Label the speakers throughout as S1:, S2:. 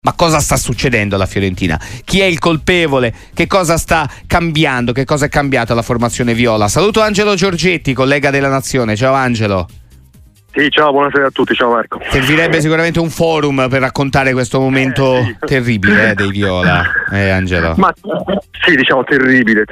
S1: Ma cosa sta succedendo alla Fiorentina? Chi è il colpevole? Che cosa sta cambiando? Che cosa è cambiato alla formazione viola? Saluto Angelo Giorgetti, collega della Nazione. Ciao Angelo.
S2: Sì, ciao, buonasera a tutti, ciao Marco.
S1: Servirebbe sicuramente un forum per raccontare questo momento
S2: sì.
S1: terribile dei viola, Angelo.
S2: Ma sì, diciamo terribile.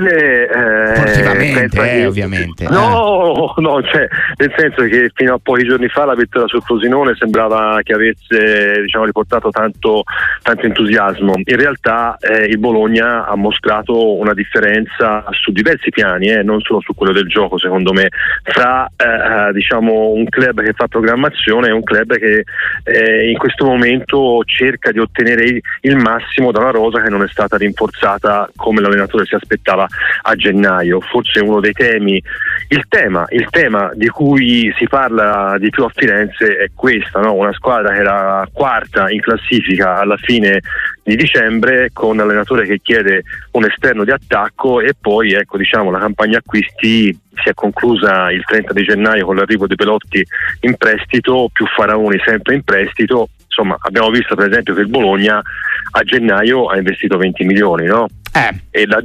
S1: Sportivamente, ovviamente.
S2: No, cioè, nel senso che fino a pochi giorni fa la vittoria sul Frosinone sembrava che avesse, diciamo, riportato tanto entusiasmo. In realtà il Bologna ha mostrato una differenza su diversi piani, non solo su quello del gioco, secondo me, fra diciamo un club che fa programmazione e un club che in questo momento cerca di ottenere il massimo da una rosa che non è stata rinforzata come l'allenatore si aspettava a gennaio. Forse uno dei temi, il tema di cui si parla di più a Firenze è questa, no? Una squadra che era quarta in classifica alla fine di dicembre, con un allenatore che chiede un esterno di attacco, e poi ecco, diciamo, la campagna acquisti si è conclusa il 30 di gennaio con l'arrivo di Belotti in prestito, più Faraoni sempre in prestito. Insomma, abbiamo visto per esempio che il Bologna a gennaio ha investito 20 milioni, no? E la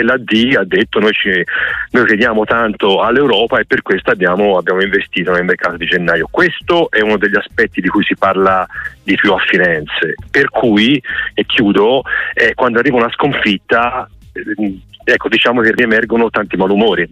S2: D ha detto noi crediamo tanto all'Europa e per questo abbiamo investito nel mercato di gennaio. Questo è uno degli aspetti di cui si parla di più a Firenze, per cui, e chiudo, quando arriva una sconfitta, ecco, diciamo che riemergono tanti malumori.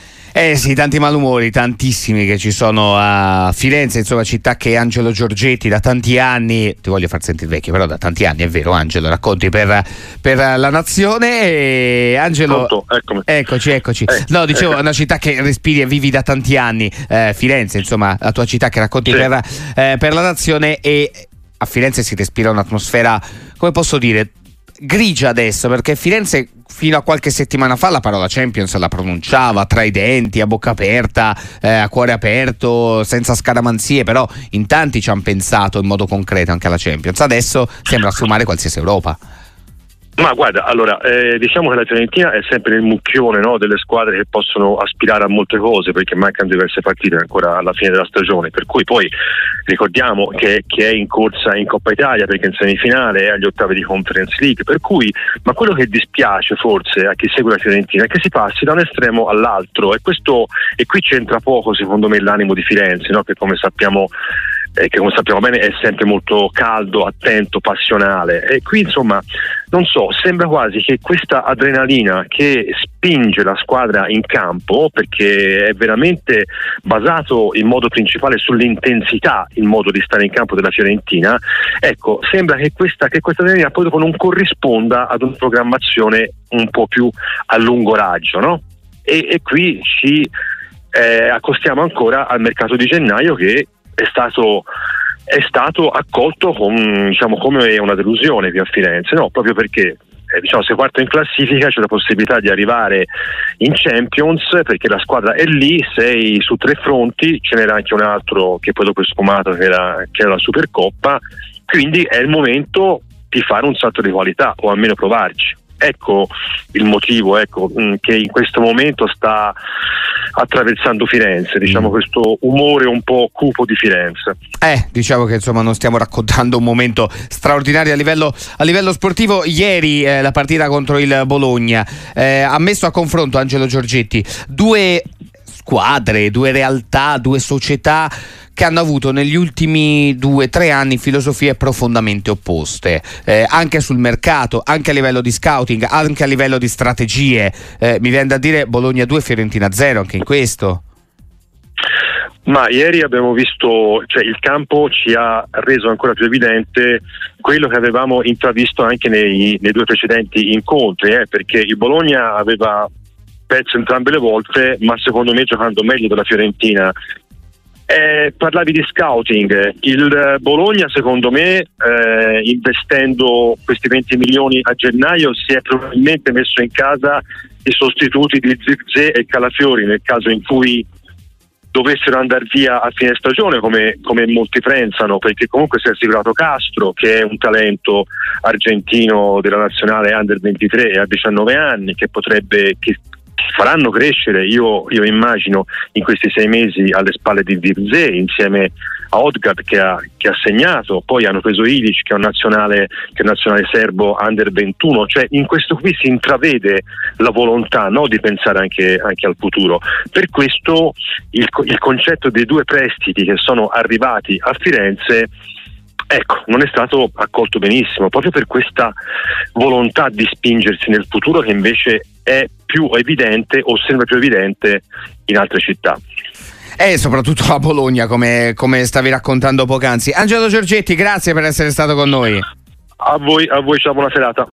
S1: Sì, tanti malumori, tantissimi che ci sono a Firenze, insomma, città che Angelo Giorgetti da tanti anni, ti voglio far sentire vecchio, però da tanti anni, è vero Angelo, racconti per la Nazione. E Angelo,
S2: pronto,
S1: eccoci. No, dicevo, una città che respiri e vivi da tanti anni, Firenze, insomma, la tua città che racconti
S2: sì,
S1: per la Nazione, e a Firenze si respira un'atmosfera, come posso dire, grigia adesso, perché Firenze fino a qualche settimana fa la parola Champions la pronunciava tra i denti, a bocca aperta, a cuore aperto, senza scaramanzie, però in tanti ci hanno pensato in modo concreto anche alla Champions. Adesso sembra sfumare qualsiasi Europa.
S2: Ma guarda, allora, diciamo che la Fiorentina è sempre nel mucchione, no, delle squadre che possono aspirare a molte cose, perché mancano diverse partite ancora alla fine della stagione, per cui poi ricordiamo che è in corsa in Coppa Italia, perché in semifinale è agli ottavi di Conference League, per cui, ma quello che dispiace forse a chi segue la Fiorentina è che si passi da un estremo all'altro, e qui c'entra poco secondo me l'animo di Firenze, no, che come sappiamo bene è sempre molto caldo, attento, passionale, e qui insomma non so, sembra quasi che questa adrenalina che spinge la squadra in campo, perché è veramente basato in modo principale sull'intensità il modo di stare in campo della Fiorentina, ecco, sembra che questa adrenalina poi dopo non corrisponda ad una programmazione un po' più a lungo raggio, no? E qui ci accostiamo ancora al mercato di gennaio, che è stato accolto come una delusione qui a Firenze, no? Proprio perché sei quarto in classifica, c'è la possibilità di arrivare in Champions, perché la squadra è lì, sei su 3 fronti, ce n'era anche un altro che poi dopo è sfumato, che era la Supercoppa, quindi è il momento di fare un salto di qualità, o almeno provarci. Ecco il motivo, che in questo momento sta attraversando Firenze, diciamo, questo umore un po' cupo di Firenze.
S1: Diciamo che insomma non stiamo raccontando un momento straordinario a livello sportivo. Ieri la partita contro il Bologna ha messo a confronto, Angelo Giorgetti, due squadre, due realtà, due società che hanno avuto negli ultimi 2-3 anni filosofie profondamente opposte, anche sul mercato, anche a livello di scouting, anche a livello di strategie. Mi viene da dire Bologna 2, Fiorentina 0 anche in questo.
S2: Ma ieri abbiamo visto, il campo ci ha reso ancora più evidente quello che avevamo intravisto anche nei 2 precedenti incontri, perché il Bologna aveva perso entrambe le volte, ma secondo me giocando meglio della Fiorentina. Parlavi di scouting, il Bologna secondo me investendo questi 20 milioni a gennaio si è probabilmente messo in casa i sostituti di Zirkzee e Calafiori nel caso in cui dovessero andare via a fine stagione, come molti pensano, perché comunque si è assicurato Castro, che è un talento argentino della nazionale Under 23 e ha 19 anni, che faranno crescere, io immagino, in questi 6 mesi alle spalle di Zirze, insieme a Odgard che ha segnato, poi hanno preso Ilic che è un nazionale serbo under 21, cioè in questo qui si intravede la volontà, no, di pensare anche al futuro. Per questo il concetto dei 2 prestiti che sono arrivati a Firenze, ecco, non è stato accolto benissimo, proprio per questa volontà di spingersi nel futuro che invece è più evidente o sembra più evidente in altre città.
S1: E soprattutto a Bologna, come stavi raccontando poc'anzi. Angelo Giorgetti, grazie per essere stato con noi.
S2: A voi, ciao, buona serata.